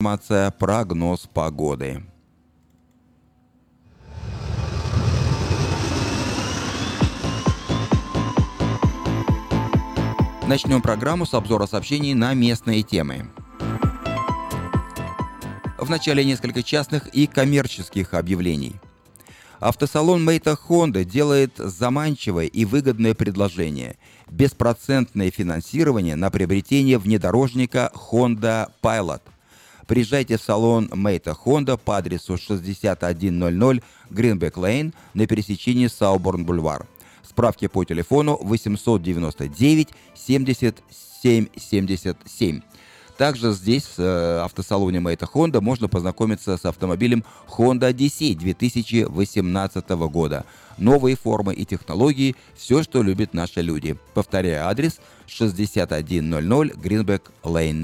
Информация, прогноз погоды. Начнем программу с обзора сообщений на местные темы. Вначале несколько частных и коммерческих объявлений. Автосалон Мэйта Honda делает заманчивое и выгодное предложение. Беспроцентное финансирование на приобретение внедорожника Honda Pilot. Приезжайте в салон Мэйта Honda по адресу 6100 Greenback Lane на пересечении Сауборн-Бульвар. Справки по телефону 899 77 77. Также здесь, в автосалоне Мэйта Honda, можно познакомиться с автомобилем Honda Odyssey 2018 года. Новые формы и технологии – все, что любят наши люди. Повторяю адрес 6100 Greenback Lane.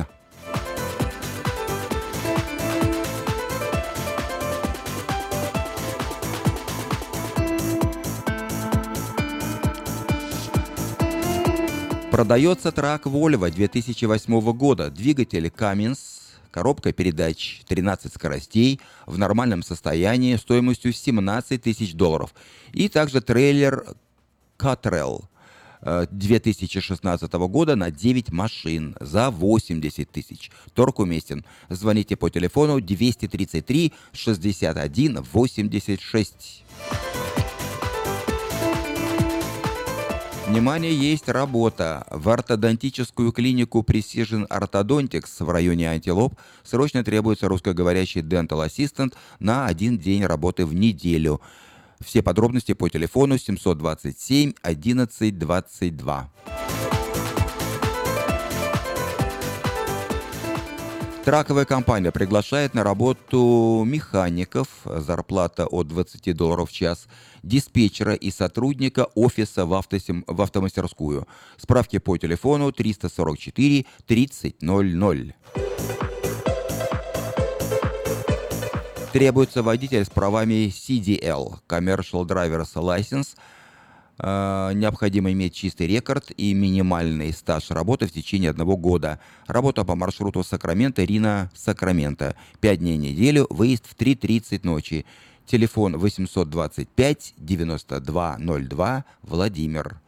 Продается трак Volvo 2008 года, двигатель Cummins, коробка передач 13 скоростей в нормальном состоянии стоимостью $17 тысяч. И также трейлер Cottrell 2016 года на 9 машин за 80 тысяч. Торг уместен. Звоните по телефону 233 61 86. Внимание, есть работа. В ортодонтическую клинику Precision Orthodontics в районе Антилоп срочно требуется русскоговорящий Dental Assistant на 1 день работы в неделю. Все подробности по телефону 727 11 22. Траковая компания приглашает на работу механиков, зарплата от $20 в час, диспетчера и сотрудника офиса в автомастерскую. Справки по телефону 344 30 00. Требуется водитель с правами CDL, Commercial Driver's License. Необходимо иметь чистый рекорд и минимальный стаж работы в течение 1 года. Работа по маршруту Сакраменто-Рино-Сакраменто. 5 дней в неделю, выезд в 3:30 ночи. Телефон 825 92 02, Владимир.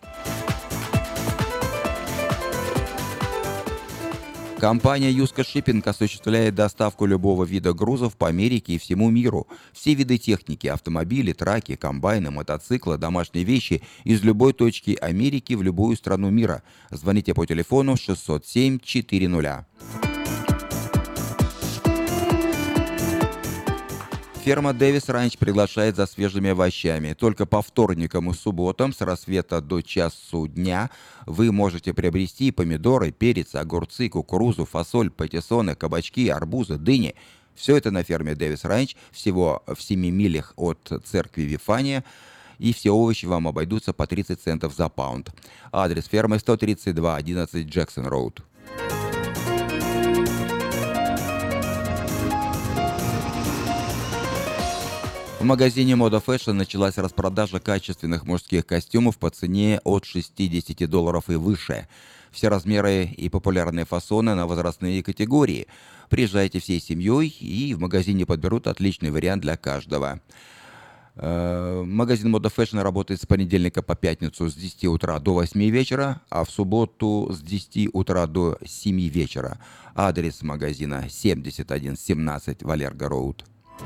Компания Юска Шиппинг осуществляет доставку любого вида грузов по Америке и всему миру. Все виды техники, автомобили, траки, комбайны, мотоциклы, домашние вещи из любой точки Америки в любую страну мира. Звоните по телефону 607 400. Ферма Дэвис Ранч приглашает за свежими овощами. Только по вторникам и субботам с рассвета до часу дня вы можете приобрести помидоры, перец, огурцы, кукурузу, фасоль, патиссоны, кабачки, арбузы, дыни. Все это на ферме Дэвис Ранч, всего в 7 милях от церкви Вифания. И все овощи вам обойдутся по 30 центов за паунд. Адрес фермы 13211 Джексон Роуд. В магазине Moda Fashion началась распродажа качественных мужских костюмов по цене от $60 и выше. Все размеры и популярные фасоны на возрастные категории. Приезжайте всей семьей, и в магазине подберут отличный вариант для каждого. Магазин Moda Fashion работает с понедельника по пятницу с 10 утра до 8 вечера, а в субботу с 10 утра до 7 вечера. Адрес магазина 7117 Валерго Роуд.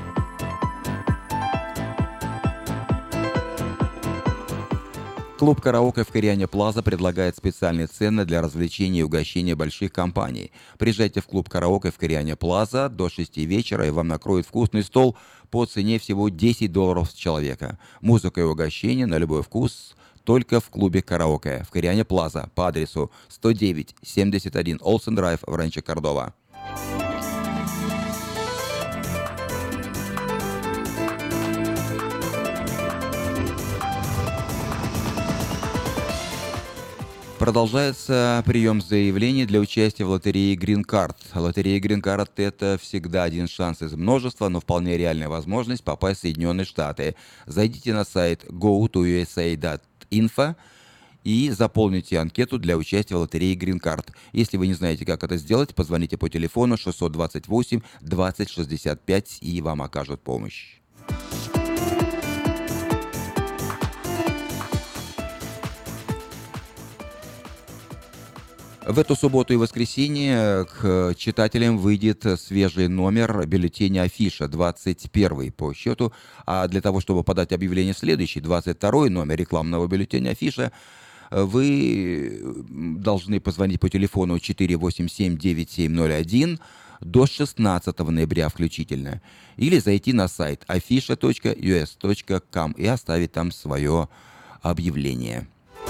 Клуб «Караоке» в Кориане Плаза предлагает специальные цены для развлечений и угощения больших компаний. Приезжайте в клуб «Караоке» в Кориане Плаза до 6 вечера, и вам накроют вкусный стол по цене всего $10 с человека. Музыка и угощение на любой вкус только в клубе «Караоке» в Кориане Плаза по адресу 109-71 Олсен Драйв в Ранчо Кордова. Продолжается прием заявлений для участия в лотерее Green Card. Лотерея Green Card – это всегда один шанс из множества, но вполне реальная возможность попасть в Соединенные Штаты. Зайдите на сайт go2usa.info и заполните анкету для участия в лотерее Green Card. Если вы не знаете, как это сделать, позвоните по телефону 628 20 65 и вам окажут помощь. В эту субботу и воскресенье к читателям выйдет свежий номер бюллетеня «Афиша», 21 по счету. А для того, чтобы подать объявление в следующий, 22 номер рекламного бюллетеня «Афиша», вы должны позвонить по телефону 487-9701 до 16 ноября включительно. Или зайти на сайт afisha.us.com и оставить там свое объявление.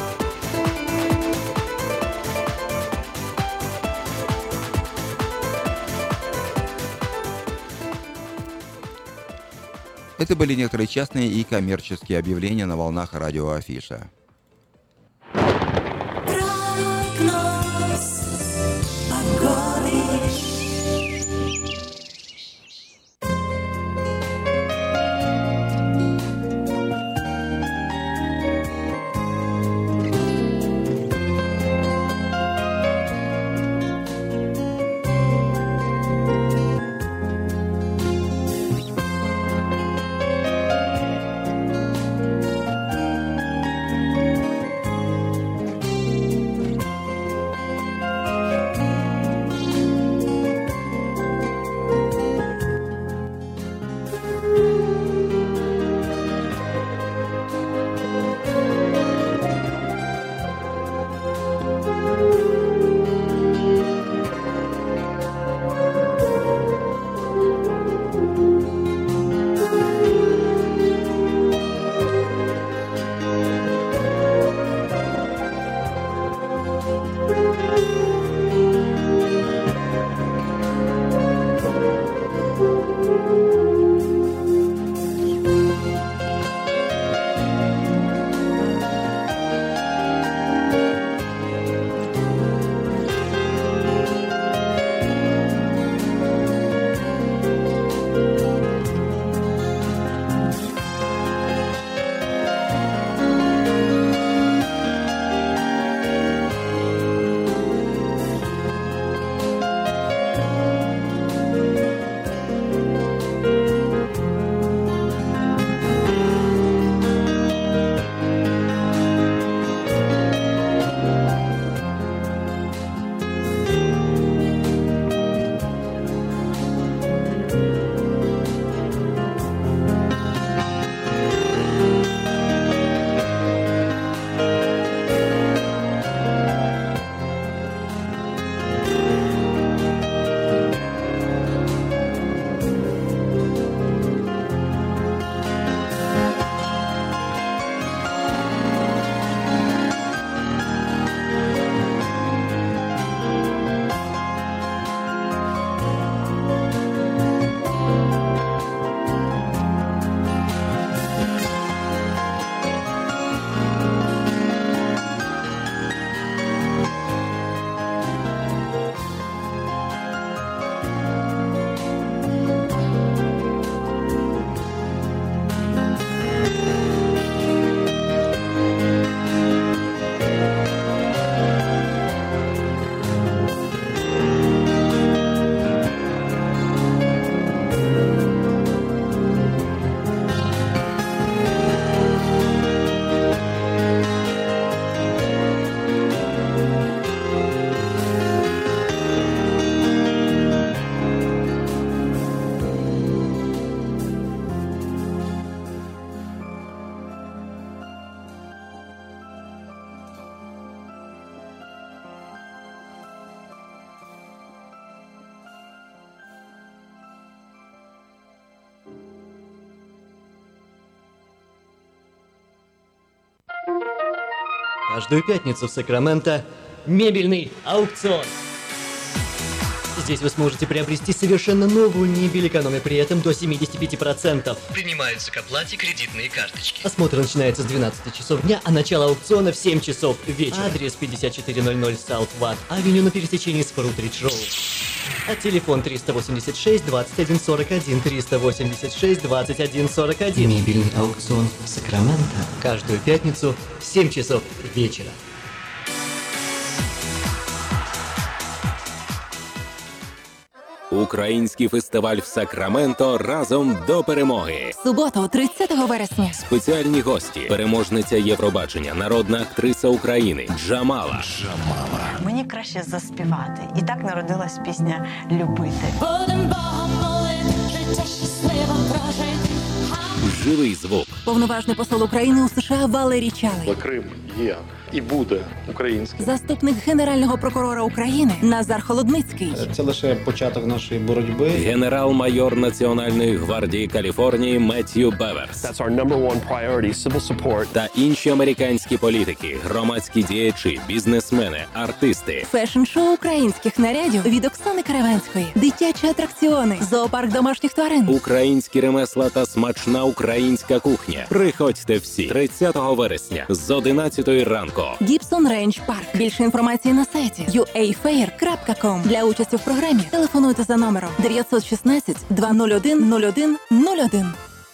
Это были некоторые частные и коммерческие объявления на волнах радио Афиша. Каждую пятницу в Сакраменто мебельный аукцион. Здесь вы сможете приобрести совершенно новую мебель, экономя при этом до 75%. Принимаются к оплате кредитные карточки. Осмотр начинается с 12 часов дня, а начало аукциона в 7 часов вечера. Адрес 5400 South Watt Avenue на пересечении с Фрутридж Роуд. А телефон 386 21 41, 386 21 41. Мебельный аукцион Сакраменто. Каждую пятницу в 7 часов вечера. Український фестиваль в Сакраменто разом до перемоги. Суботу, 30 вересня. Спеціальні гості, переможниця Євробачення, народна актриса України Джамала. Мені краще заспівати. І так народилась пісня «Любити». Будем Богом молити, життя щасливо прожити. Живий звук. Повноважний посол України у США Валерій Чалий. Крим є і буде українським. Заступник Генерального прокурора України Назар Холодницький. Це лише початок нашої боротьби. Генерал-майор Національної гвардії Каліфорнії Меттью Беверс. That's our number one priority, civil support. Та інші американські політики, громадські діячі, бізнесмени, артисти. Фешн-шоу українських нарядів від Оксани Караванської. Дитячі атракціони. Зоопарк домашніх тварин. Українські ремесла та смачна українська кухня. Приходьте всі 30 вересня з 11 ранку. Гібсон Рейндж Парк. Більше інформації на сайті uafair.com. Для участі в програмі телефонуйте за номером 916 201 01 01.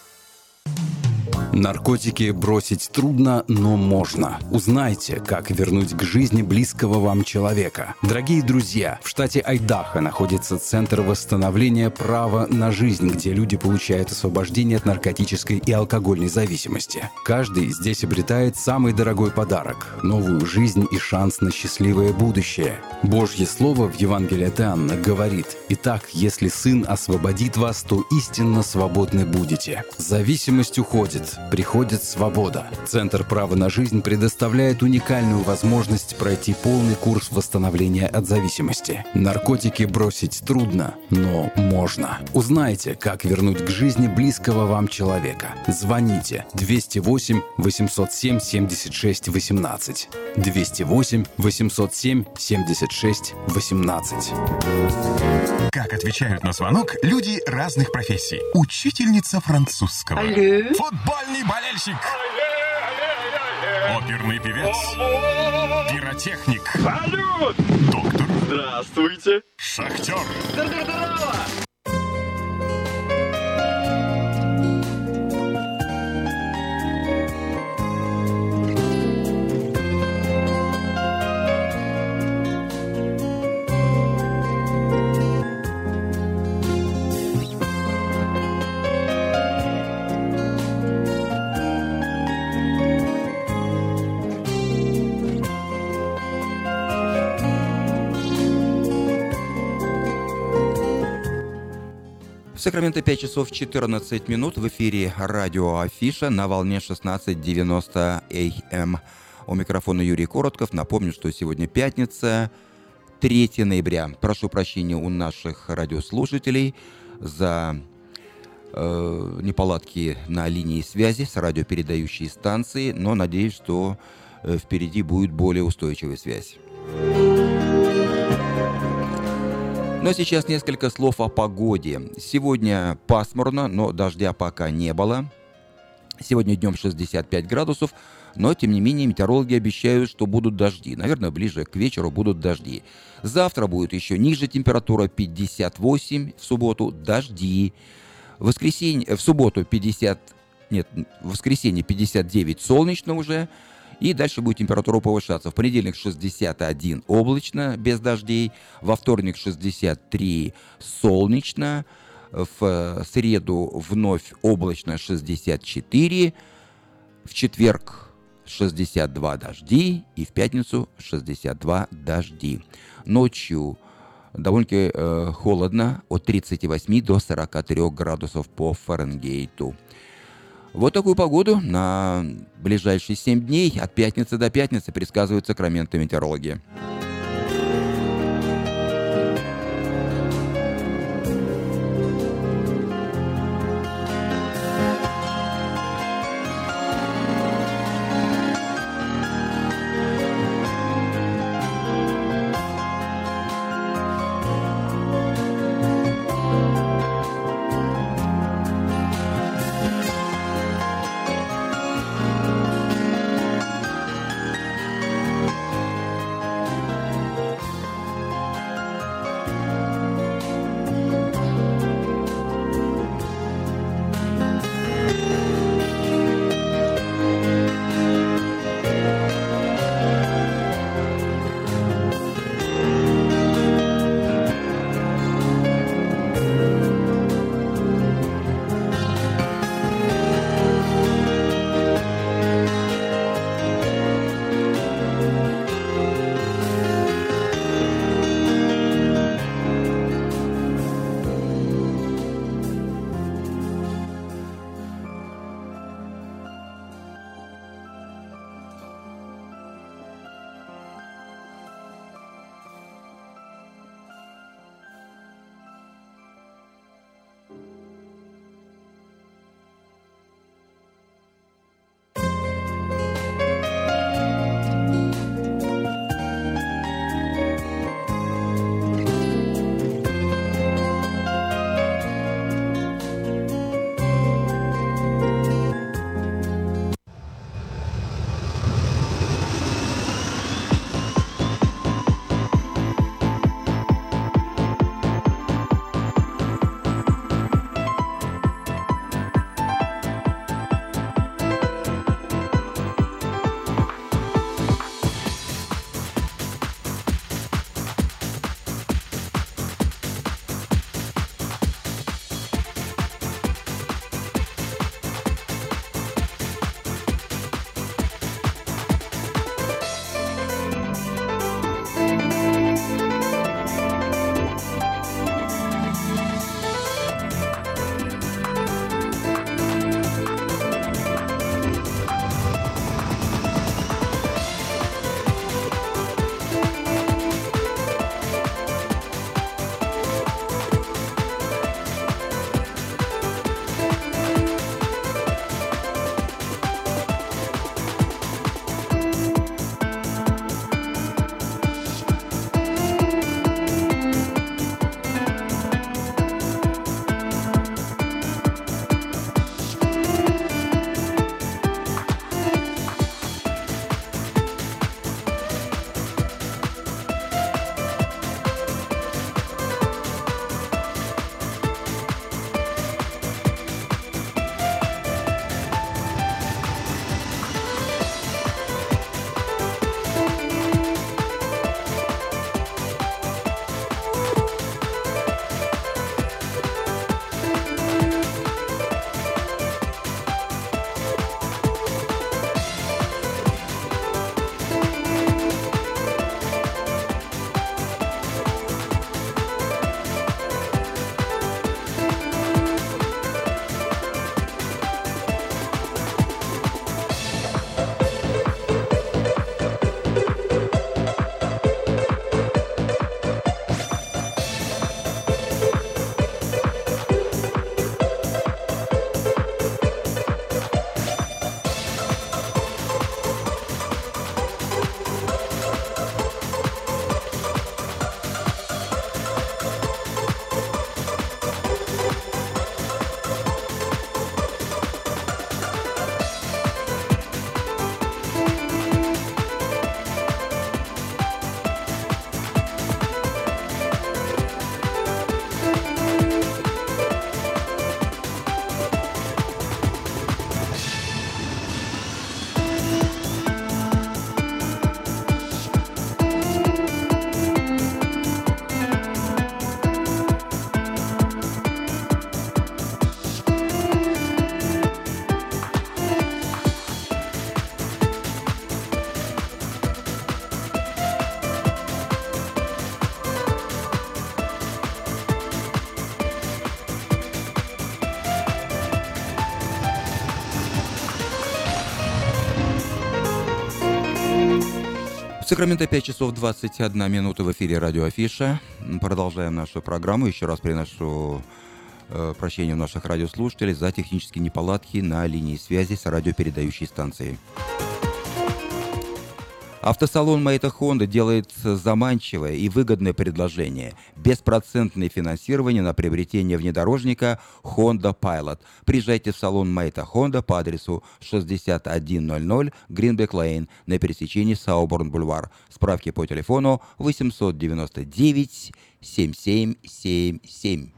Наркотики бросить трудно, но можно. Узнайте, как вернуть к жизни близкого вам человека. Дорогие друзья, в штате Айдахо находится Центр восстановления права на жизнь, где люди получают освобождение от наркотической и алкогольной зависимости. Каждый здесь обретает самый дорогой подарок – новую жизнь и шанс на счастливое будущее. Божье Слово в Евангелии от Иоанна говорит: «Итак, если Сын освободит вас, то истинно свободны будете». Зависимость уходит. Приходит свобода. Центр права на жизнь предоставляет уникальную возможность пройти полный курс восстановления от зависимости. Наркотики бросить трудно, но можно. Узнайте, как вернуть к жизни близкого вам человека. Звоните 208 807 76 18. 208 807 76 18. Как отвечают на звонок люди разных профессий. Учительница французского. Алло. Футбольный болельщик. Оперный певец. Пиротехник. Салют! Доктор. Здравствуйте! Шахтер. Здорово! В Сакраменто 5 часов 14 минут, в эфире радио Афиша на волне 16:90 АМ. У микрофона Юрий Коротков. Напомню, что сегодня пятница, 3 ноября. Прошу прощения у наших радиослушателей за неполадки на линии связи с радиопередающей станцией, но надеюсь, что впереди будет более устойчивая связь. Но сейчас несколько слов о погоде. Сегодня пасмурно, но дождя пока не было. Сегодня днем 65 градусов, но тем не менее метеорологи обещают, что будут дожди. Наверное, ближе к вечеру будут дожди. Завтра будет еще ниже температура 58, в субботу дожди. В субботу 59 солнечно уже. И дальше будет температура повышаться. В понедельник 61 облачно, без дождей. Во вторник 63 солнечно. В среду вновь облачно 64. В четверг 62 дожди. И в пятницу 62 дожди. Ночью довольно-таки холодно. От 38 до 43 градусов по Фаренгейту. Вот такую погоду на ближайшие 7 дней от пятницы до пятницы предсказывают Сакраменто метеорологи. Сакраменто 5 часов 21 минута в эфире радио Афиша. Продолжаем нашу программу. Еще раз приношу прощение у наших радиослушателей за технические неполадки на линии связи с радиопередающей станцией. Автосалон Мэйта Хонда делает заманчивое и выгодное предложение. Беспроцентное финансирование на приобретение внедорожника Honda Pilot. Приезжайте в салон Мэйта Хонда по адресу 6100 Гринбек Лейн на пересечении Сауборн-Бульвар. Справки по телефону 899 7777.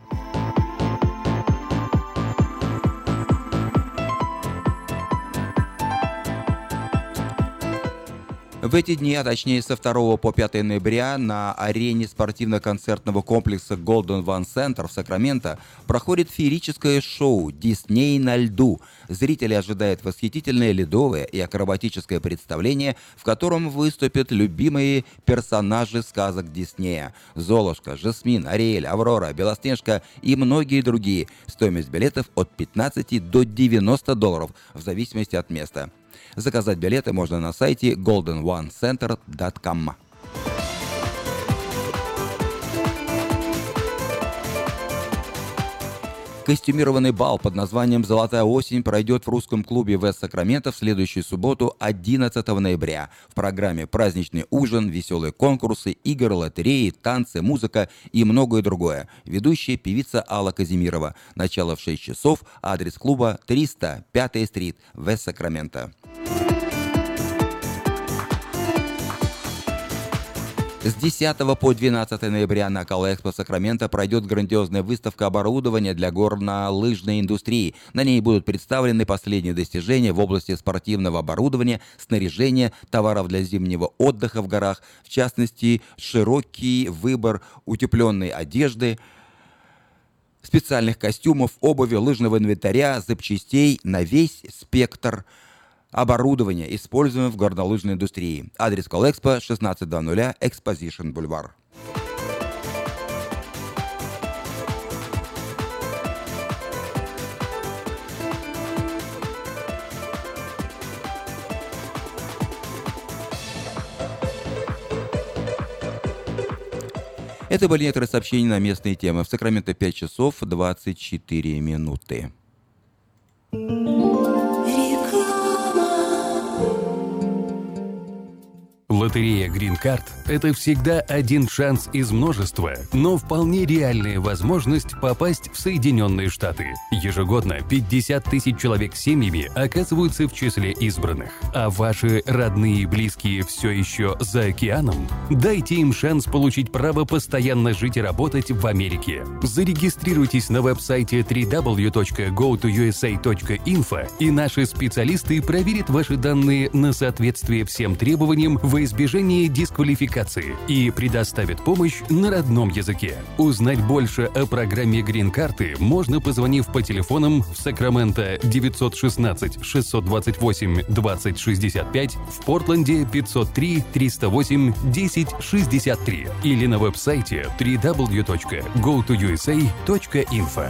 В эти дни, а точнее со 2 по 5 ноября, на арене спортивно-концертного комплекса Golden One Center в Сакраменто проходит феерическое шоу «Дисней на льду». Зрители ожидают восхитительное ледовое и акробатическое представление, в котором выступят любимые персонажи сказок Диснея: Золушка, Жасмин, Ариэль, Аврора, Белоснежка и многие другие. Стоимость билетов от $15 до $90 в зависимости от места. Заказать билеты можно на сайте goldenonecenter.com. Костюмированный бал под названием «Золотая осень» пройдет в русском клубе Вест Сакраменто в следующую субботу, 11 ноября. В программе праздничный ужин, веселые конкурсы, игры, лотереи, танцы, музыка и многое другое. Ведущая певица Алла Казимирова. Начало в 6 часов. Адрес клуба 300 5-я стрит, Вест Сакраменто. С 10 по 12 ноября на Калэкспо Сакраменто пройдет грандиозная выставка оборудования для горнолыжной индустрии. На ней будут представлены последние достижения в области спортивного оборудования, снаряжения, товаров для зимнего отдыха в горах, в частности, широкий выбор утепленной одежды, специальных костюмов, обуви, лыжного инвентаря, запчастей на весь спектр оборудование, используемое в горнолыжной индустрии. Адрес Калэкспо 1600 Exposition Boulevard. Это были некоторые сообщения на местные темы. В Сакраменто 5 часов 24 минуты. Лотерея Green Card – это всегда один шанс из множества, но вполне реальная возможность попасть в Соединенные Штаты. Ежегодно 50 тысяч человек с семьями оказываются в числе избранных. А ваши родные и близкие все еще за океаном? Дайте им шанс получить право постоянно жить и работать в Америке. Зарегистрируйтесь на веб-сайте www.gotousa.info, и наши специалисты проверят ваши данные на соответствие всем требованиям во избежание дисквалификации и предоставят помощь на родном языке. Узнать больше о программе Green Card можно, позвонив по телефонам в Сакраменто 916-628-2065, в Портленде 503-308-1063 или на веб-сайте www.gotousa.info.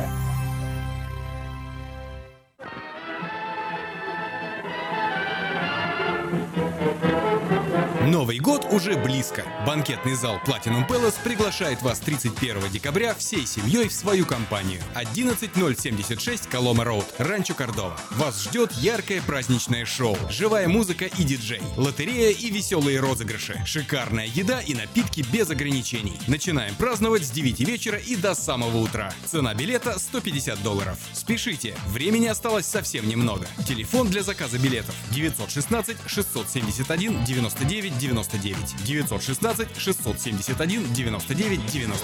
Новый год уже близко. Банкетный зал Platinum Palace приглашает вас 31 декабря всей семьей в свою компанию. 11076 Колома Роуд, Ранчо Кордова. Вас ждет яркое праздничное шоу, живая музыка и диджей, лотерея и веселые розыгрыши, шикарная еда и напитки без ограничений. Начинаем праздновать с 9 вечера и до самого утра. Цена билета $150. Спешите, времени осталось совсем немного. Телефон для заказа билетов 916 671 99 99 916 671 99 99.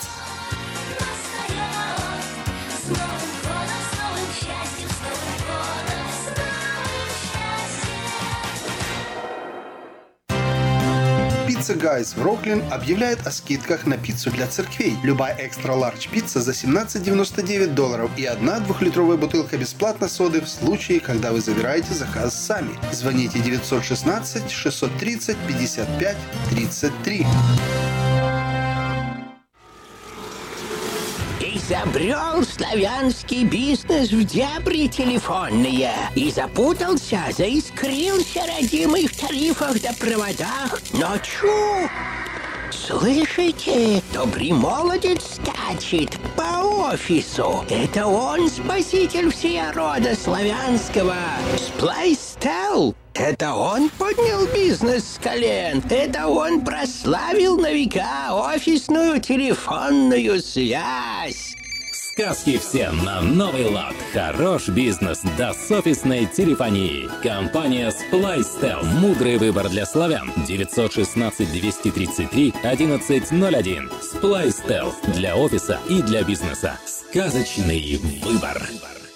Pizza Guys в Роклин объявляет о скидках на пиццу для церквей. Любая экстра-лардж пицца за $17.99 и одна 2-литровая бутылка бесплатно соды в случае, когда вы забираете заказ сами. Звоните 916 630 55 33. забрел славянский бизнес в дебри телефонные и запутался, заискрился родимый в тарифах да проводах. Но чу! Слышите? Добрый молодец скачет по офису. Это он спаситель всея рода славянского. Сплайстел. Это он поднял бизнес с колен. Это он прославил на века офисную телефонную связь. Сказки все на новый лад. Хорош бизнес да с офисной телефонии. Компания Splystel. Мудрый выбор для славян. 916-233-1101. Splystel. Для офиса и для бизнеса. Сказочный выбор.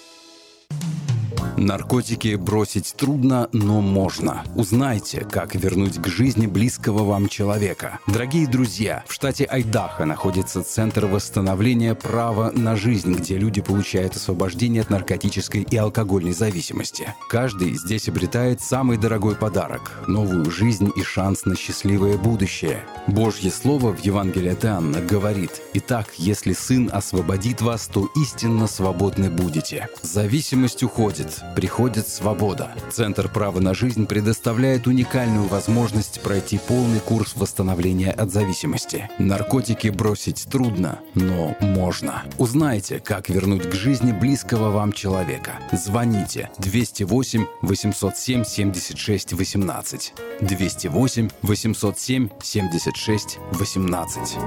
Наркотики бросить трудно, но можно. Узнайте, как вернуть к жизни близкого вам человека. Дорогие друзья, в штате Айдахо находится Центр восстановления права на жизнь, где люди получают освобождение от наркотической и алкогольной зависимости. Каждый здесь обретает самый дорогой подарок – новую жизнь и шанс на счастливое будущее. Божье Слово в Евангелии от Иоанна говорит: «Итак, если Сын освободит вас, то истинно свободны будете». Зависимость уходит. Приходит свобода. Центр права на жизнь предоставляет уникальную возможность пройти полный курс восстановления от зависимости. Наркотики бросить трудно, но можно. Узнайте, как вернуть к жизни близкого вам человека. Звоните 208 807 76 18. 208 807 76 18.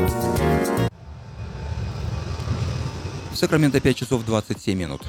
В Сакраменто 5 часов 27 минут.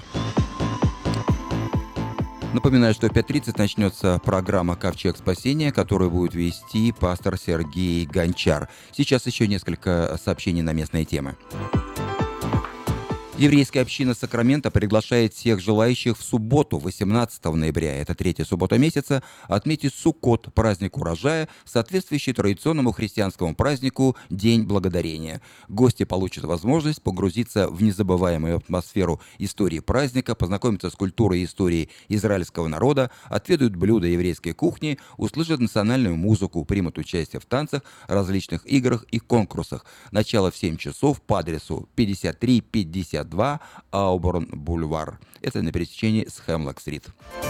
Напоминаю, что в 5:30 начнется программа «Ковчег спасения», которую будет вести пастор Сергей Гончар. Сейчас еще несколько сообщений на местные темы. Еврейская община Сакрамента приглашает всех желающих в субботу, 18 ноября, это третья суббота месяца, отметить Суккот, праздник урожая, соответствующий традиционному христианскому празднику День Благодарения. Гости получат возможность погрузиться в незабываемую атмосферу истории праздника, познакомиться с культурой и историей израильского народа, отведают блюда еврейской кухни, услышат национальную музыку, примут участие в танцах, различных играх и конкурсах. Начало в 7 часов по адресу 5352 Ауборн-Бульвар. Это на пересечении с Хемлок-стрит.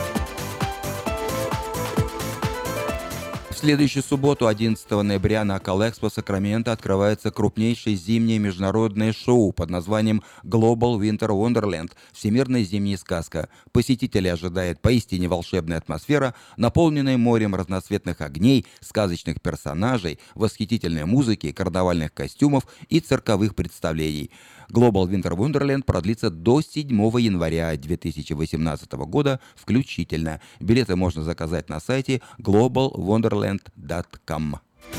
В следующую субботу, 11 ноября, на Калэкспо Сакраменто открывается крупнейшее зимнее международное шоу под названием Global Winter Wonderland – Всемирная зимняя сказка. Посетителей ожидает поистине волшебная атмосфера, наполненная морем разноцветных огней, сказочных персонажей, восхитительной музыки, карнавальных костюмов и цирковых представлений. Global Winter Wonderland продлится до 7 января 2018 года включительно. Билеты можно заказать на сайте globalwonderland.com.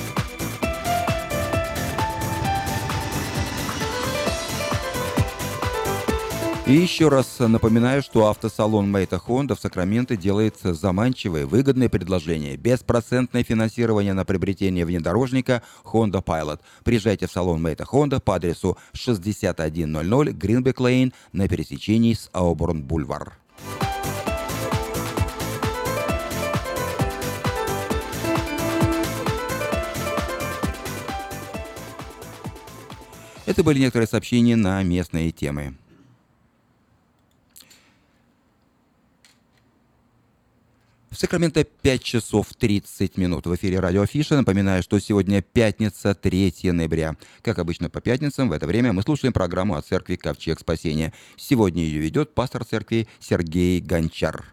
И еще раз напоминаю, что автосалон Мэйта Хонда в Сакраменто делает заманчивые, выгодные предложения. Беспроцентное финансирование на приобретение внедорожника Honda Pilot. Приезжайте в салон Мэйта Хонда по адресу 6100 Гринбек Лейн на пересечении с Ауборн-Бульвар. Это были некоторые сообщения на местные темы. В Сакраменто 5 часов 30 минут. В эфире Радио Афиша. Напоминаю, что сегодня пятница, 3 ноября. Как обычно по пятницам, в это время мы слушаем программу о церкви «Ковчег спасения». Сегодня ее ведет пастор церкви Сергей Гончар.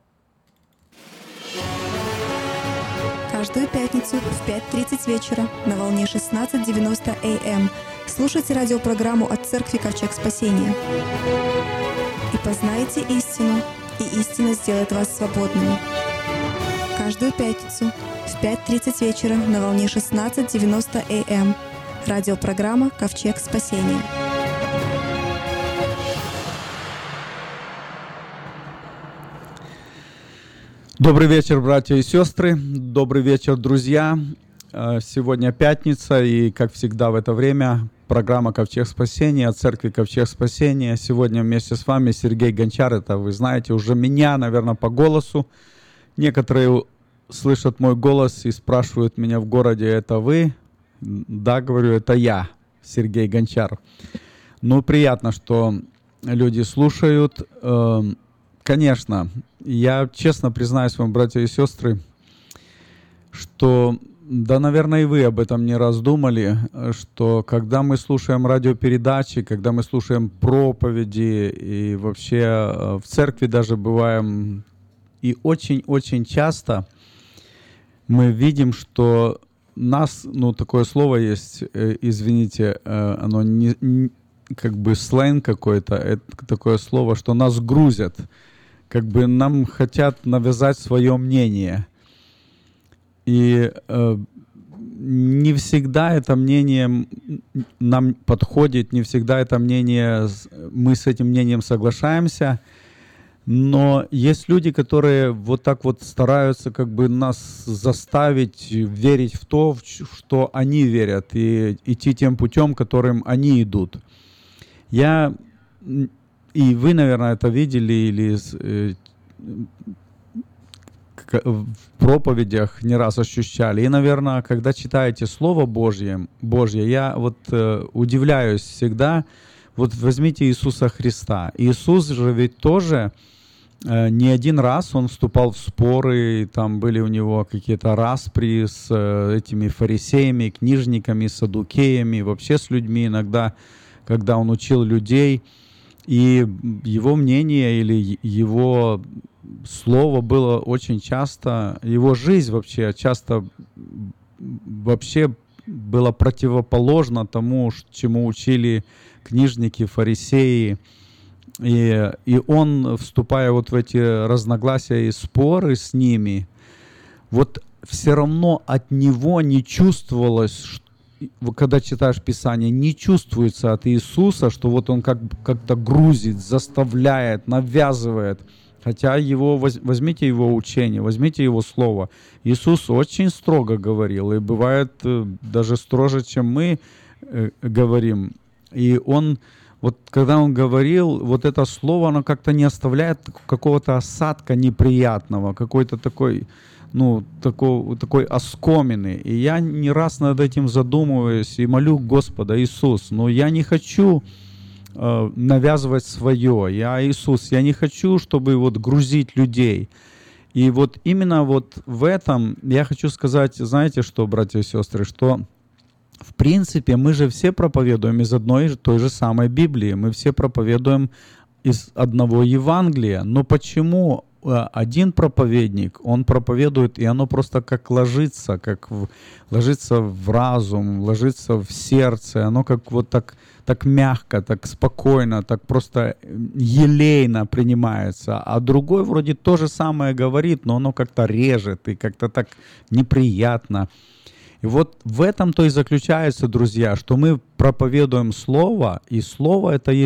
Каждую пятницу в 5:30 вечера на волне 16:90 АМ слушайте радиопрограмму от церкви «Ковчег спасения». И познайте истину, и истина сделает вас свободными. Каждую пятницу в 5:30 вечера на волне 16:90 АМ. Радиопрограмма «Ковчег спасения». Добрый вечер, братья и сестры. Добрый вечер, друзья. Сегодня пятница, и, как всегда в это время, программа «Ковчег спасения» от церкви «Ковчег спасения». Сегодня вместе с вами Сергей Гончар. Это вы знаете уже меня, наверное, по голосу. Некоторые слышат мой голос и спрашивают меня в городе: это вы? Да, говорю, это я, Сергей Гончар. Ну, приятно, что люди слушают. Конечно, я честно признаюсь вам, братья и сестры, что, да, наверное, и вы об этом не раз думали, что когда мы слушаем радиопередачи, когда мы слушаем проповеди и вообще в церкви даже бываем, и очень-очень часто мы видим, что нас, ну, такое слово есть, извините, оно не как бы сленг какой-то, это такое слово, что нас грузят, как бы нам хотят навязать свое мнение. И не всегда это мнение нам подходит, не всегда это мнение, мы с этим мнением соглашаемся, но есть люди, которые вот так вот стараются как бы нас заставить верить в то, в что они верят, и идти тем путем, которым они идут. И вы, наверное, это видели или в проповедях не раз ощущали. И, наверное, когда читаете Слово Божье, я вот удивляюсь всегда. Вот возьмите Иисуса Христа. Иисус же ведь тоже не один раз он вступал в споры, там были у него какие-то распри с этими фарисеями, книжниками, саддукеями, вообще с людьми иногда, когда он учил людей. И его мнение или его слово было очень часто, его жизнь вообще часто вообще была противоположна тому, чему учили книжники, фарисеи. И он, вступая вот в эти разногласия и споры с ними, вот все равно от него не чувствовалось, когда читаешь Писание, не чувствуется от Иисуса, что вот он как-то грузит, заставляет, навязывает. Хотя возьмите его учение, возьмите его слово. Иисус очень строго говорил, и бывает даже строже, чем мы говорим. И он, вот когда он говорил, вот это слово, оно как-то не оставляет какого-то осадка неприятного, какой-то такой, ну, такой оскомины. И я не раз над этим задумываюсь и молю Господа: Иисус, но я не хочу навязывать свое. Иисус, я не хочу, чтобы вот грузить людей. И вот именно вот в этом я хочу сказать, знаете что, братья и сестры, что в принципе мы же все проповедуем из одной и той же самой Библии, мы все проповедуем из одного Евангелия, но почему один проповедник, он проповедует, и оно просто как ложится, ложится в разум, ложится в сердце, оно как вот так мягко, так спокойно, так просто елейно принимается, а другой вроде то же самое говорит, но оно как-то режет и как-то так неприятно. И вот в этом-то и заключается, друзья, что мы проповедуем Слово, и Слово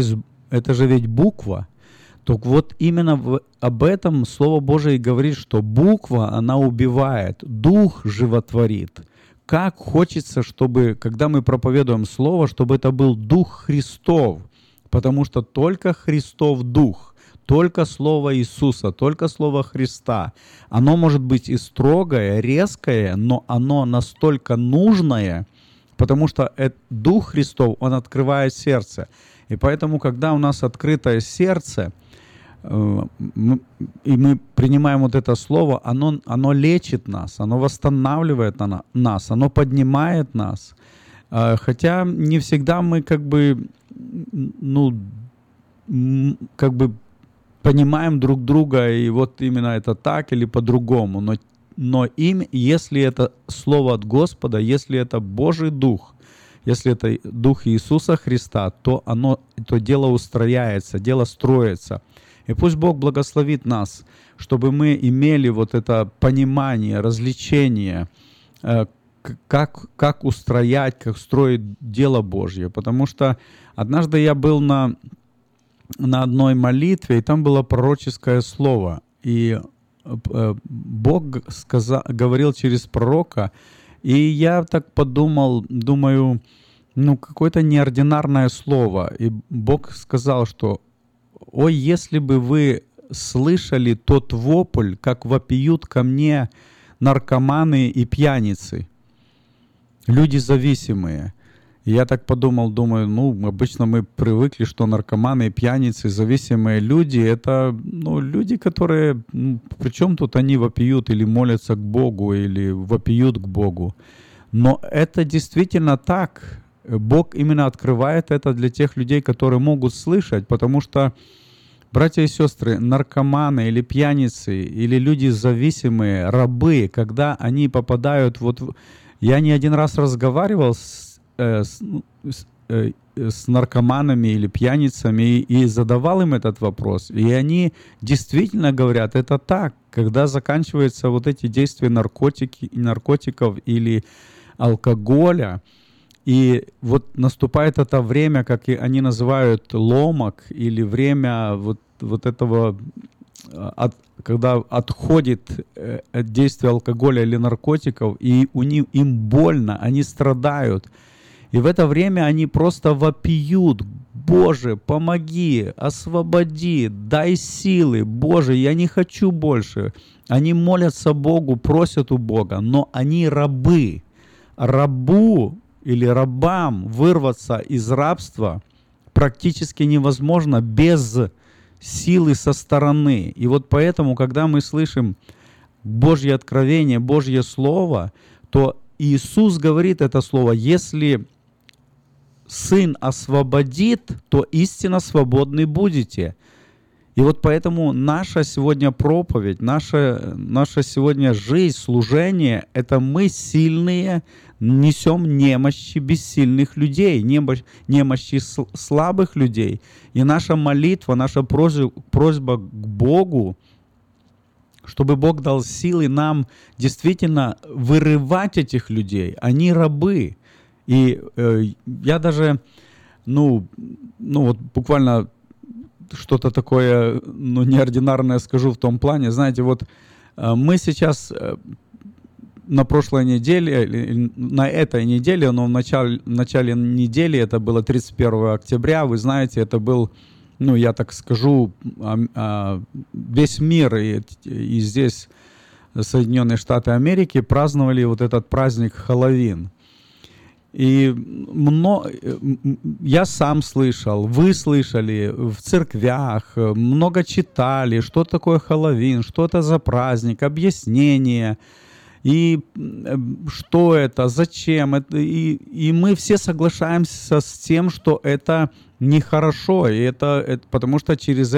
это же ведь буква. Так вот именно об этом Слово Божие говорит, что буква, она убивает, дух животворит. Как хочется, чтобы, когда мы проповедуем Слово, чтобы это был Дух Христов, потому что только Христов Дух, только Слово Иисуса, только Слово Христа. Оно может быть и строгое, резкое, но оно настолько нужное, потому что Дух Христов, Он открывает сердце. И поэтому, когда у нас открытое сердце, и мы принимаем вот это слово, оно лечит нас, оно восстанавливает нас, оно поднимает нас. Хотя не всегда мы как бы понимаем друг друга, и вот именно это так или по-другому. Но если это слово от Господа, если это Божий Дух, если это Дух Иисуса Христа, то дело устрояется, дело строится. И пусть Бог благословит нас, чтобы мы имели вот это понимание, развлечение, как устроять, как строить дело Божье. Потому что однажды я был на одной молитве, и там было пророческое слово. И Бог говорил через пророка, и я так думаю, какое-то неординарное слово. И Бог сказал, что «Ой, если бы вы слышали тот вопль, как вопиют ко мне наркоманы и пьяницы, люди зависимые». И я так подумал, думаю, обычно мы привыкли, что наркоманы, пьяницы, зависимые люди, это люди, которые, причем тут они вопиют или молятся к Богу, или вопиют к Богу. Но это действительно так. Бог именно открывает это для тех людей, которые могут слышать, потому что, братья и сестры, наркоманы или пьяницы, или люди зависимые, рабы, когда они попадают Я не один раз разговаривал с наркоманами или пьяницами и задавал им этот вопрос. И они действительно говорят, это так. Когда заканчиваются эти действия наркотиков или алкоголя, и наступает это время, как они называют, ломок, или время этого, когда отходит от действия алкоголя или наркотиков, и им больно, они страдают. И в это время они просто вопиют: Боже, помоги, освободи, дай силы, Боже, я не хочу больше. Они молятся Богу, просят у Бога, но они рабы. Рабу или рабам вырваться из рабства практически невозможно без силы со стороны. И поэтому, когда мы слышим Божье откровение, Божье Слово, то Иисус говорит это Слово: если Сын освободит, то истинно свободны будете. И поэтому наша сегодня проповедь, наша сегодня жизнь, служение — это мы сильные несем немощи бессильных людей, немощи слабых людей. И наша молитва, наша просьба к Богу, чтобы Бог дал силы нам действительно вырывать этих людей. Они рабы. И я даже, буквально что-то такое, неординарное скажу в том плане. Знаете, мы сейчас на прошлой неделе, на этой неделе, но в начале недели, это было 31 октября, вы знаете, это был, я так скажу, весь мир и здесь Соединенные Штаты Америки праздновали этот праздник Хэллоуин. И я сам слышал, вы слышали в церквях, много читали, что такое Хэллоуин, что это за праздник, объяснения, и что это, зачем это. И мы все соглашаемся с тем, что это нехорошо, и это потому что через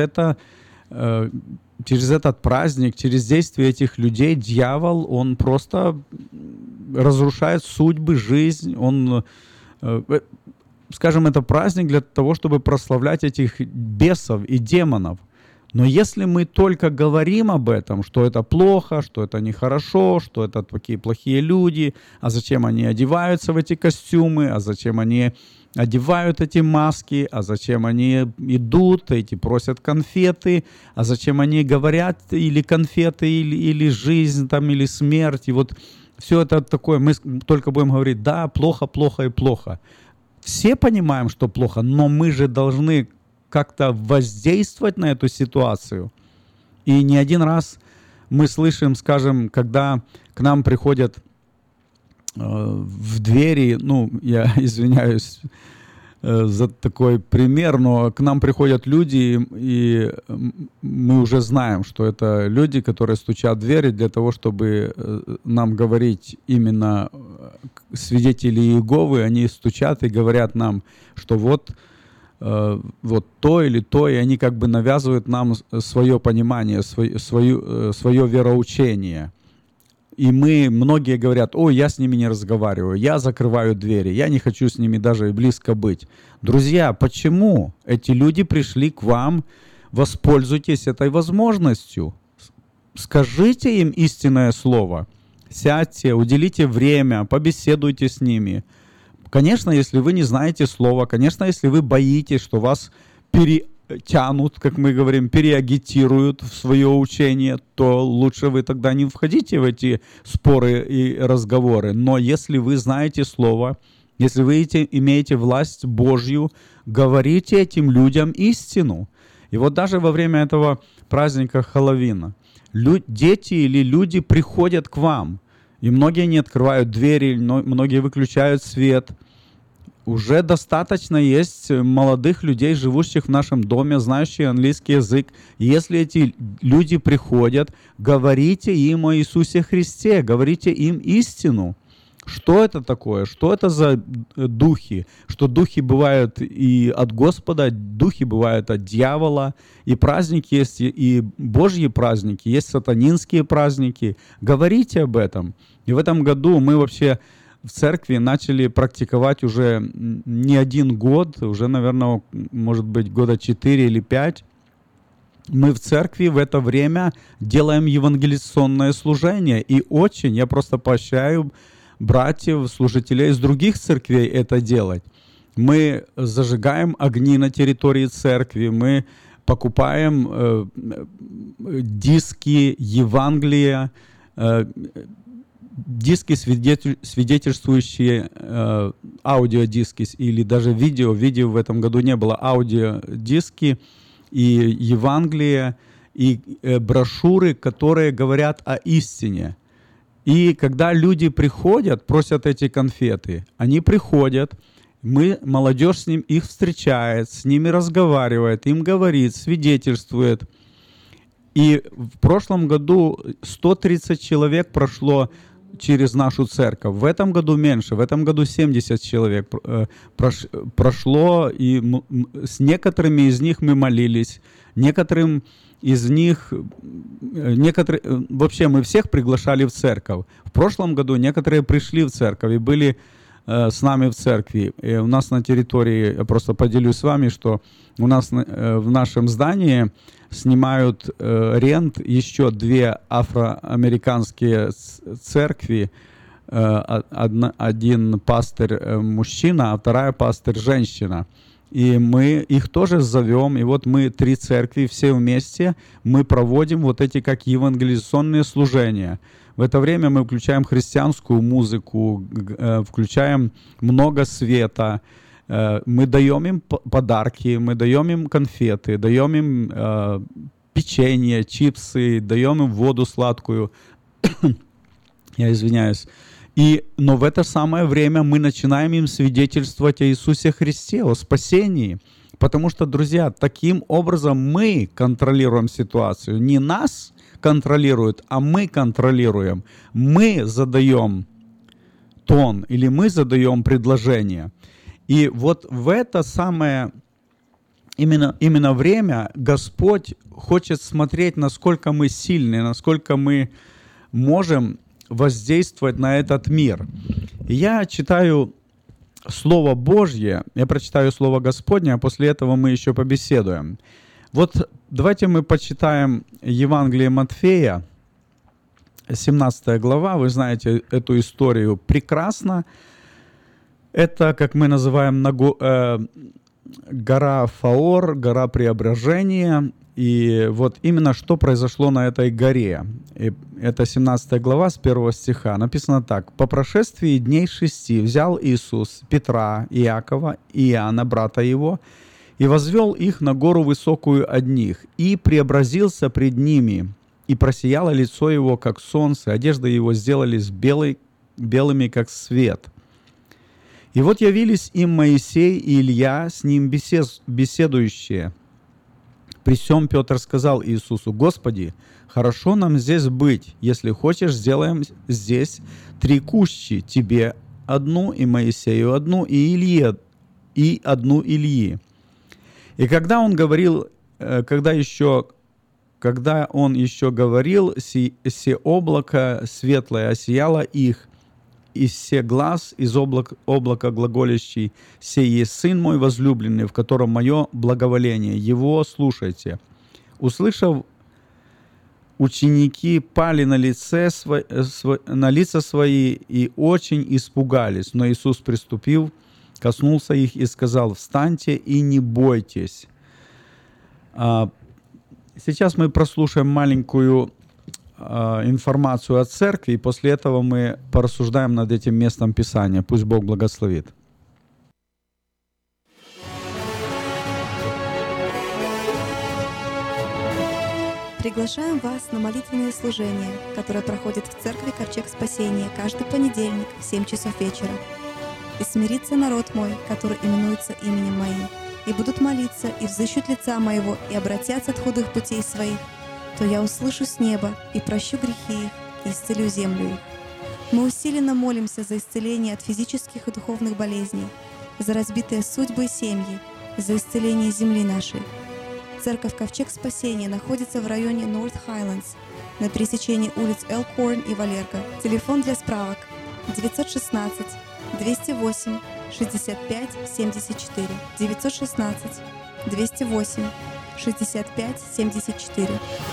этот праздник, через действие этих людей дьявол, он просто разрушает судьбы, жизнь. Он, скажем, это праздник для того, чтобы прославлять этих бесов и демонов. Но если мы только говорим об этом, что это плохо, что это нехорошо, что это такие плохие люди, а зачем они одеваются в эти костюмы, а зачем они одевают эти маски, а зачем они идут, просят конфеты, а зачем они говорят или конфеты, или жизнь, или смерть. И все это такое, мы только будем говорить, да, плохо, плохо и плохо. Все понимаем, что плохо, но мы же должны как-то воздействовать на эту ситуацию. И не один раз мы слышим, скажем, когда к нам приходят в двери, я извиняюсь за такой пример, но к нам приходят люди, и мы уже знаем, что это люди, которые стучат в двери для того, чтобы нам говорить именно свидетели Иеговы, они стучат и говорят нам, что то или то, и они как бы навязывают нам свое понимание, свое вероучение. И многие говорят: я с ними не разговариваю, я закрываю двери, я не хочу с ними даже и близко быть. Друзья, почему эти люди пришли к вам? Воспользуйтесь этой возможностью. Скажите им истинное слово. Сядьте, уделите время, побеседуйте с ними. Конечно, если вы не знаете слова, конечно, если вы боитесь, что вас перетянут, как мы говорим, переагитируют в свое учение, то лучше вы тогда не входите в эти споры и разговоры. Но если вы знаете слово, если вы имеете власть Божью, говорите этим людям истину. И даже во время этого праздника Хэллоуина дети или люди приходят к вам. И многие не открывают двери, многие выключают свет. уже достаточно есть молодых людей, живущих в нашем доме, знающих английский язык. Если эти люди приходят, говорите им о Иисусе Христе, говорите им истину. Что это такое? Что это за духи? Что духи бывают и от Господа, духи бывают от дьявола, и праздники есть, и Божьи праздники, есть сатанинские праздники. Говорите об этом. И в этом году мы вообще в церкви начали практиковать уже не 1 год, уже, наверное, может быть, года 4 или 5. Мы в церкви в это время делаем евангелизационное служение. И очень, я просто поощряю братьев, служителей из других церквей это делать. Мы зажигаем огни на территории церкви, мы покупаем диски Евангелия, диски, свидетельствующие, аудиодиски или даже видео. Видео в этом году не было. Аудиодиски и Евангелие, и брошюры, которые говорят о истине. И когда люди приходят, просят эти конфеты, они приходят, молодежь с ним их встречает, с ними разговаривает, им говорит, свидетельствует. И в прошлом году 130 человек прошло через нашу церковь. В этом году меньше, в этом году 70 человек прошло, и с некоторыми из них мы молились, некоторым из них, вообще мы всех приглашали в церковь. В прошлом году некоторые пришли в церковь и были с нами в церкви. И у нас на территории, я просто поделюсь с вами, что у нас в нашем здании снимают рент еще 2 афроамериканские церкви. Один пастырь мужчина, а вторая пастырь женщина. И мы их тоже зовем, и вот мы 3 церкви, все вместе, мы проводим вот эти как евангелизационные служения. В это время мы включаем христианскую музыку, включаем много света, мы даем им подарки, мы даем им конфеты, даем им печенье, чипсы, даем им воду сладкую. Я извиняюсь. Но в это самое время мы начинаем им свидетельствовать о Иисусе Христе, о спасении. Потому что, друзья, таким образом мы контролируем ситуацию. Не нас контролируют, а мы контролируем. Мы задаем тон или мы задаем предложение. И вот в это самое именно время Господь хочет смотреть, насколько мы сильны, насколько мы можем воздействовать на этот мир. И я читаю Слово Божье, я прочитаю Слово Господне, а после этого мы еще побеседуем. Вот давайте мы почитаем Евангелие Матфея, 17 глава, вы знаете эту историю прекрасно. Это, как мы называем, гора Фаор, гора Преображения. И вот именно что произошло на этой горе. И это 17 глава с 1 стиха. Написано так. «По прошествии дней 6 взял Иисус Петра, Иакова и Иоанна, брата его, и возвел их на гору высокую одних, и преобразился пред ними, и просияло лицо его, как солнце, одежды его сделались белыми, как свет. И вот явились им Моисей и Илья, с ним беседующие. При сем Петр сказал Иисусу: Господи, хорошо нам здесь быть. Если хочешь, сделаем здесь 3 кущи. Тебе одну, и Моисею одну, и Илье, и одну Ильи. И когда он еще говорил, се облако светлое осияло их, и се глаз из облака глаголящий: «Сей есть Сын мой возлюбленный, в котором мое благоволение, его слушайте». Услышав, ученики пали на лица свои и очень испугались. Но Иисус, приступив, коснулся их и сказал: «Встаньте и не бойтесь». Сейчас мы прослушаем маленькую информацию о церкви, и после этого мы порассуждаем над этим местом Писания. Пусть Бог благословит. Приглашаем вас на молитвенное служение, которое проходит в церкви Ковчег Спасения каждый понедельник в 7 часов вечера. и смирится народ мой, который именуется именем моим, и будут молиться, и взыщут лица моего, и обратятся от худых путей своих, то я услышу с неба и прощу грехи их, и исцелю землю их. Мы усиленно молимся за исцеление от физических и духовных болезней, за разбитые судьбы и семьи, за исцеление земли нашей. Церковь Ковчег Спасения находится в районе North Highlands, на пересечении улиц Элкорн и Валерго. Телефон для справок 916 208 65 74 916 208 65 74.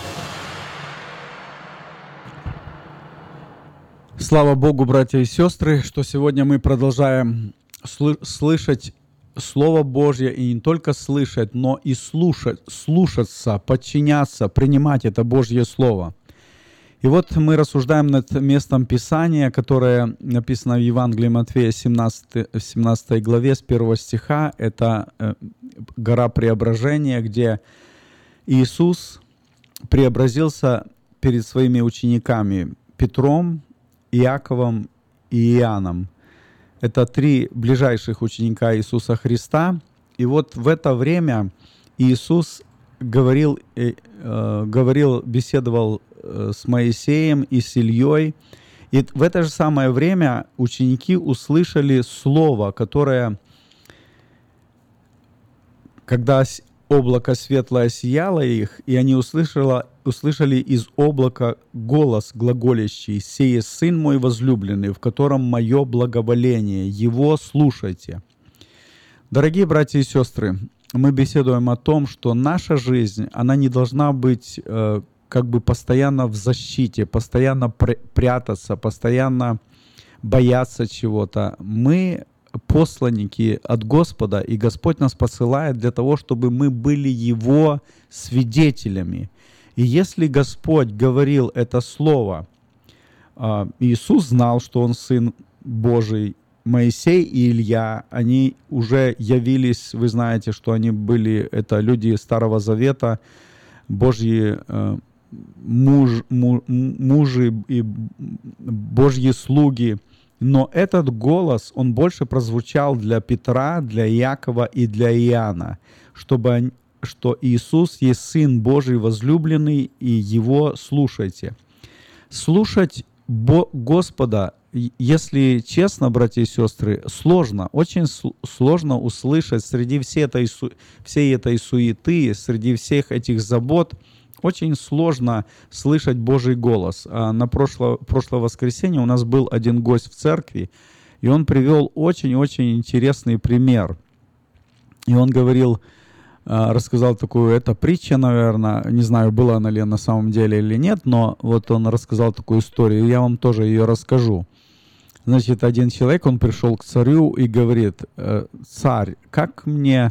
Слава Богу, братья и сестры, что сегодня мы продолжаем слышать Слово Божье, и не только слышать, но и слушаться, подчиняться, принимать это Божье Слово. И вот мы рассуждаем над местом Писания, которое написано в Евангелии Матфея 17 главе с 1 стиха. Это гора Преображения, где Иисус преобразился перед своими учениками Петром, Иаковом и Иоанном. Это три ближайших ученика Иисуса Христа. И вот в это время Иисус беседовал с Моисеем и с Ильей. И в это же самое время ученики услышали слово, которое, когда облако светлое сияло их, и они услышали из облака голос глаголящий: «Сие Сын мой возлюбленный, в котором мое благоволение, Его слушайте». Дорогие братья и сестры, мы беседуем о том, что наша жизнь, она не должна быть как бы постоянно в защите, постоянно прятаться, постоянно бояться чего-то. Мы посланники от Господа, и Господь нас посылает для того, чтобы мы были Его свидетелями. И если Господь говорил это слово, Иисус знал, что Он Сын Божий. Моисей и Илья, они уже явились, вы знаете, что они были, это люди Старого Завета, Божьи мужи и Божьи слуги. Но этот голос, он больше прозвучал для Петра, для Иакова и для Иоанна, что Иисус есть Сын Божий возлюбленный, и Его слушайте. Слушать Господа, если честно, братья и сестры, сложно, очень сложно услышать среди всей этой суеты, среди всех этих забот, очень сложно слышать Божий голос. На прошлое воскресенье у нас был один гость в церкви, и он привел очень-очень интересный пример. И он говорил, рассказал такую, это притча, наверное, не знаю, была она ли на самом деле или нет, но вот он рассказал такую историю, я вам тоже ее расскажу. Значит, один человек, он пришел к царю и говорит: «Царь, как мне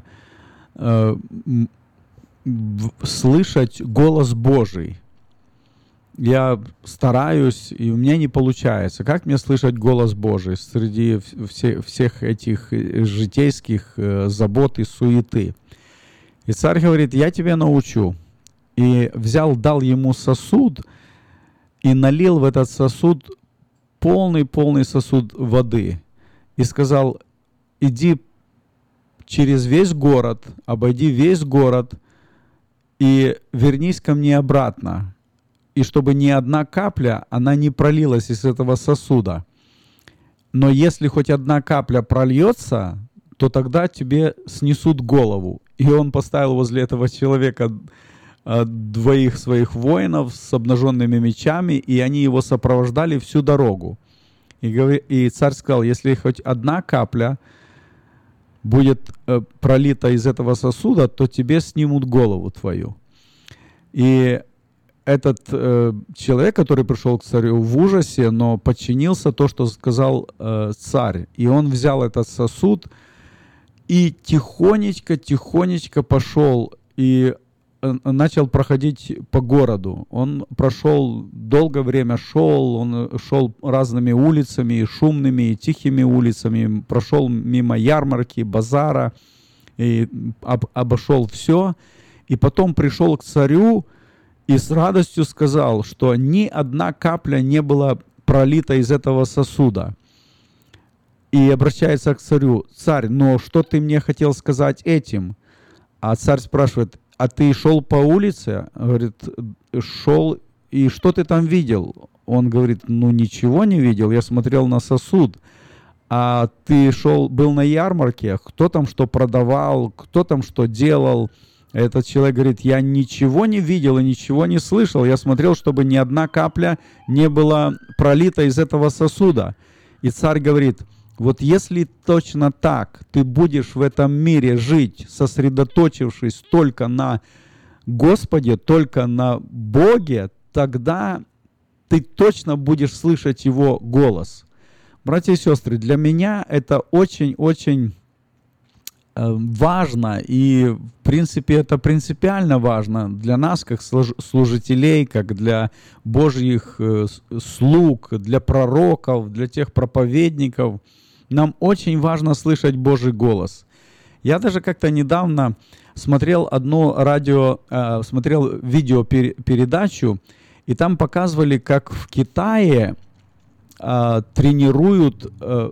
слышать голос Божий? Я стараюсь, и у меня не получается. Как мне слышать голос Божий среди всех этих житейских забот и суеты?» И царь говорит: «Я тебя научу». И дал ему сосуд, и налил в этот сосуд полный сосуд воды. И сказал: «Иди через весь город, обойди весь город, и вернись ко мне обратно. И чтобы ни одна капля, она не пролилась из этого сосуда. Но если хоть одна капля прольется, то тогда тебе снесут голову». И он поставил возле этого человека двоих своих воинов с обнаженными мечами, и они его сопровождали всю дорогу. И царь сказал: если хоть одна капля будет пролита из этого сосуда, то тебе снимут голову твою. И этот человек, который пришел к царю в ужасе, но подчинился то, что сказал царь. И он взял этот сосуд и тихонечко пошел и начал проходить по городу. Он прошел, долгое время он шел разными улицами, шумными и тихими улицами, прошел мимо ярмарки, базара, и обошел все. И потом пришел к царю и с радостью сказал, что ни одна капля не была пролита из этого сосуда. и обращается к царю: «Царь, но что ты мне хотел сказать этим?» А царь спрашивает: «А ты шел по улице?» Говорит: «Шел, и что ты там видел?» Он говорит: «Ну, ничего не видел, я смотрел на сосуд». «А ты был на ярмарке? Кто там что продавал? Кто там что делал?» Этот человек говорит: «Я ничего не видел и ничего не слышал. Я смотрел, чтобы ни одна капля не была пролита из этого сосуда». И царь говорит: «Вот если точно так ты будешь в этом мире жить, сосредоточившись только на Господе, только на Боге, тогда ты точно будешь слышать Его голос». Братья и сестры, для меня это очень-очень важно, и в принципе это принципиально важно для нас, как служителей, как для Божьих слуг, для пророков, для тех проповедников. Нам очень важно слышать Божий голос. Я даже как-то недавно смотрел видеопередачу, и там показывали, как в Китае тренируют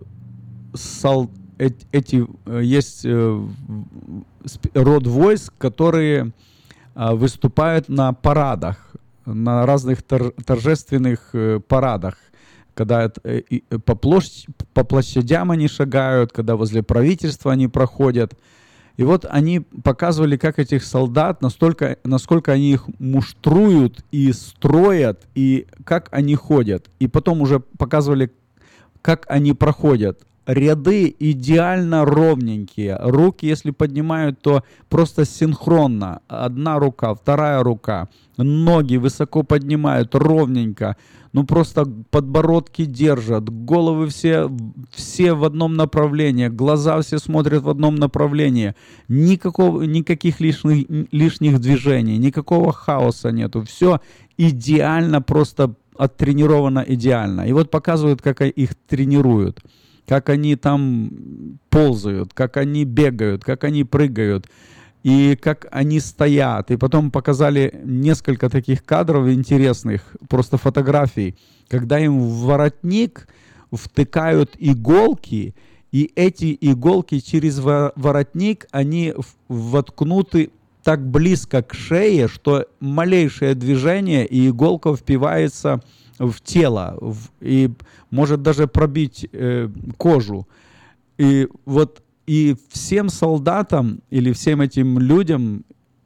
есть род войск, которые выступают на парадах, на разных торжественных парадах, когда по площадям они шагают, когда возле правительства они проходят. И вот они показывали, как этих солдат, насколько они их муштруют и строят, и как они ходят. И потом уже показывали, как они проходят. Ряды идеально ровненькие. Руки, если поднимают, то просто синхронно. Одна рука, вторая рука. Ноги высоко поднимают, ровненько. Ну просто подбородки держат. Головы все в одном направлении. Глаза все смотрят в одном направлении. Никаких лишних движений. Никакого хаоса нету. Все идеально, просто оттренировано идеально. И вот показывают, как их тренируют. Как они там ползают, как они бегают, как они прыгают, и как они стоят. И потом показали несколько таких кадров интересных, просто фотографий, когда им в воротник втыкают иголки, и эти иголки через воротник, они воткнуты так близко к шее, что малейшее движение, и иголка впивается в тело и может даже пробить кожу. И вот и всем солдатам или всем этим людям,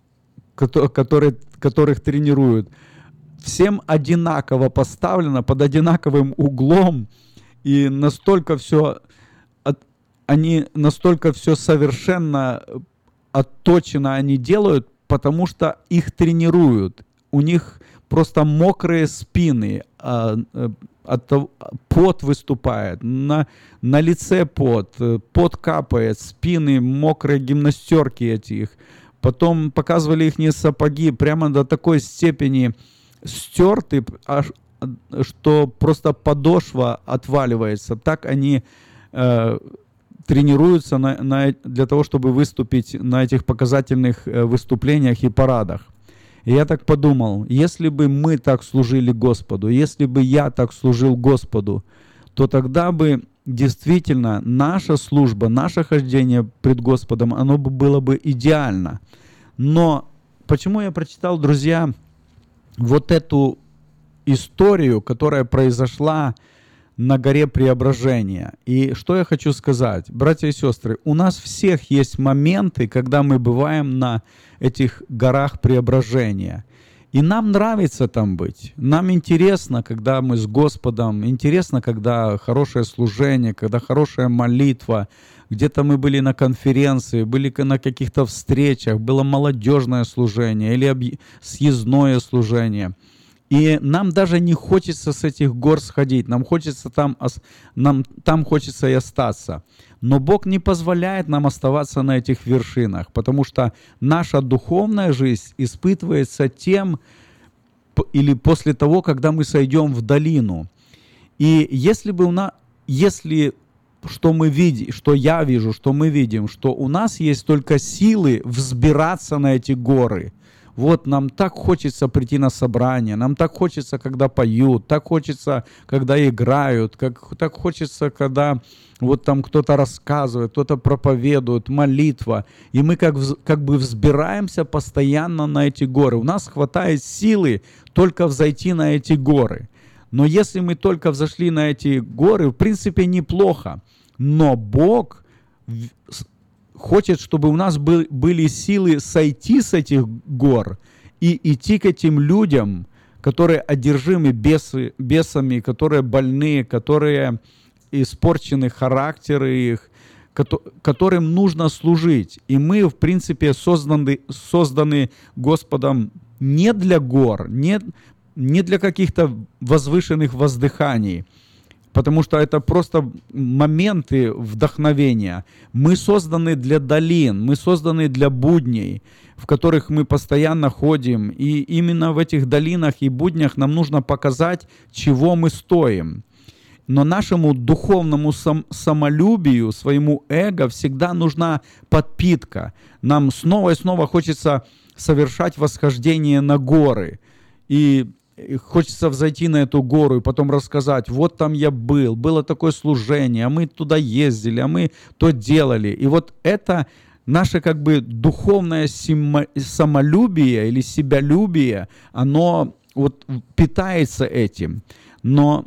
которых тренируют, всем одинаково поставлено, под одинаковым углом, и настолько все совершенно отточено они делают, потому что их тренируют. У них просто мокрые спины, пот выступает, на лице пот капает, спины мокрые, гимнастерки этих. Потом показывали их сапоги прямо до такой степени стерты, что просто подошва отваливается. Так они тренируются для того, чтобы выступить на этих показательных выступлениях и парадах. И я так подумал, если бы мы так служили Господу, если бы я так служил Господу, то тогда бы действительно наша служба, наше хождение пред Господом, оно было бы идеально. Но почему я прочитал, друзья, вот эту историю, которая произошла на горе Преображения? И что я хочу сказать? Братья и сестры, у нас всех есть моменты, когда мы бываем на этих горах Преображения. И нам нравится там быть. Нам интересно, когда мы с Господом, интересно, когда хорошее служение, когда хорошая молитва. Где-то мы были на конференции, были на каких-то встречах, было молодежное служение или съездное служение. И нам даже не хочется с этих гор сходить, нам там хочется и остаться. Но Бог не позволяет нам оставаться на этих вершинах, потому что наша духовная жизнь испытывается тем, или после того, когда мы сойдем в долину. И что мы видим, что я вижу, что мы видим, что у нас есть только силы взбираться на эти горы. вот нам так хочется прийти на собрание, нам так хочется, когда поют, так хочется, когда играют, так хочется, когда вот там кто-то рассказывает, кто-то проповедует, молитва. И мы как бы взбираемся постоянно на эти горы. У нас хватает силы только взойти на эти горы. Но если мы только взошли на эти горы, в принципе, неплохо. Но Бог хочет, чтобы у нас были силы сойти с этих гор и идти к этим людям, которые одержимы бесами, которые больны, которые испорчены характеры их, которым нужно служить. И мы, в принципе, созданы Господом не для гор, не для каких-то возвышенных воздыханий, потому что это просто моменты вдохновения. Мы созданы для долин, мы созданы для будней, в которых мы постоянно ходим. И именно в этих долинах и буднях нам нужно показать, чего мы стоим. Но нашему духовному самолюбию, своему эго всегда нужна подпитка. Нам снова и снова хочется совершать восхождение на горы. И хочется взойти на эту гору и потом рассказать, вот там я был, было такое служение, а мы туда ездили, а мы то делали. И вот это наше как бы духовное самолюбие или себялюбие, оно вот питается этим. Но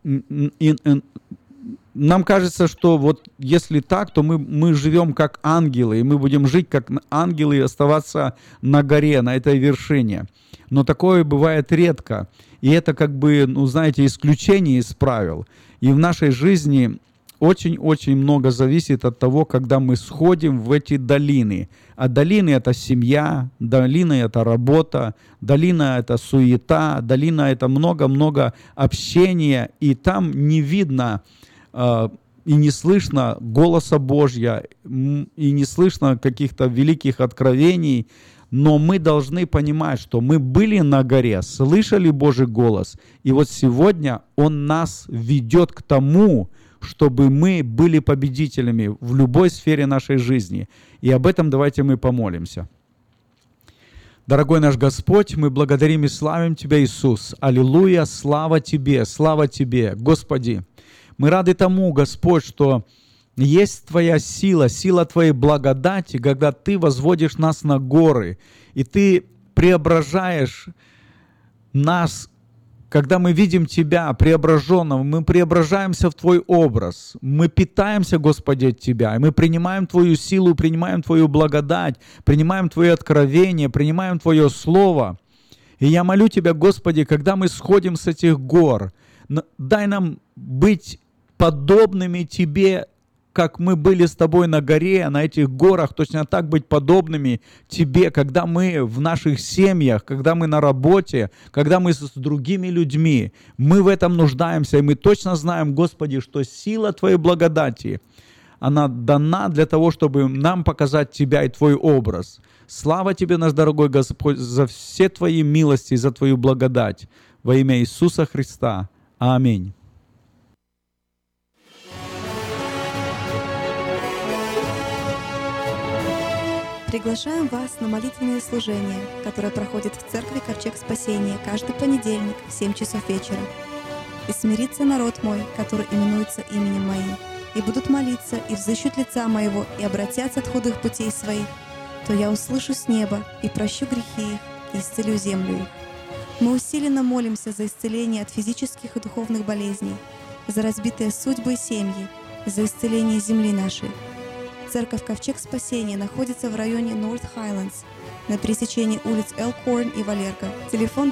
нам кажется, что вот если так, то мы живем как ангелы, и мы будем жить как ангелы и оставаться на горе, на этой вершине. Но такое бывает редко. И это как бы, знаете, исключение из правил. И в нашей жизни очень-очень много зависит от того, когда мы сходим в эти долины. А долины — это семья, долина — это работа, долина — это суета, долина — это много-много общения, и там не видно и не слышно голоса Божья, и не слышно каких-то великих откровений, но мы должны понимать, что мы были на горе, слышали Божий голос, и вот сегодня Он нас ведет к тому, чтобы мы были победителями в любой сфере нашей жизни. И об этом давайте мы помолимся. Дорогой наш Господь, мы благодарим и славим Тебя, Иисус. Аллилуйя, слава Тебе, Господи. Мы рады тому, Господь, что есть Твоя сила, сила Твоей благодати, когда Ты возводишь нас на горы, и Ты преображаешь нас. Когда мы видим Тебя преображенного, мы преображаемся в Твой образ. Мы питаемся, Господи, от Тебя. И мы принимаем Твою силу, принимаем Твою благодать, принимаем Твои откровения, принимаем Твое Слово. И я молю Тебя, Господи, когда мы сходим с этих гор, дай нам быть подобными Тебе, как мы были с Тобой на горе, на этих горах, точно так быть подобными Тебе, когда мы в наших семьях, когда мы на работе, когда мы с другими людьми. Мы в этом нуждаемся, и мы точно знаем, Господи, что сила Твоей благодати, она дана для того, чтобы нам показать Тебя и Твой образ. Слава Тебе, наш дорогой Господь, за все Твои милости, за Твою благодать. Во имя Иисуса Христа. Аминь. Приглашаем вас на молитвенное служение, которое проходит в церкви Ковчег Спасения каждый понедельник в 7 часов вечера. «И смирится народ мой, который именуется именем моим, и будут молиться, и взыщут лица моего, и обратятся от худых путей своих, то я услышу с неба, и прощу грехи их, и исцелю землю их». Мы усиленно молимся за исцеление от физических и духовных болезней, за разбитые судьбы и семьи, за исцеление земли нашей. Церковь Ковчег Спасения находится в районе North Highlands, на пересечении улиц Элкорн и Валерго. Телефон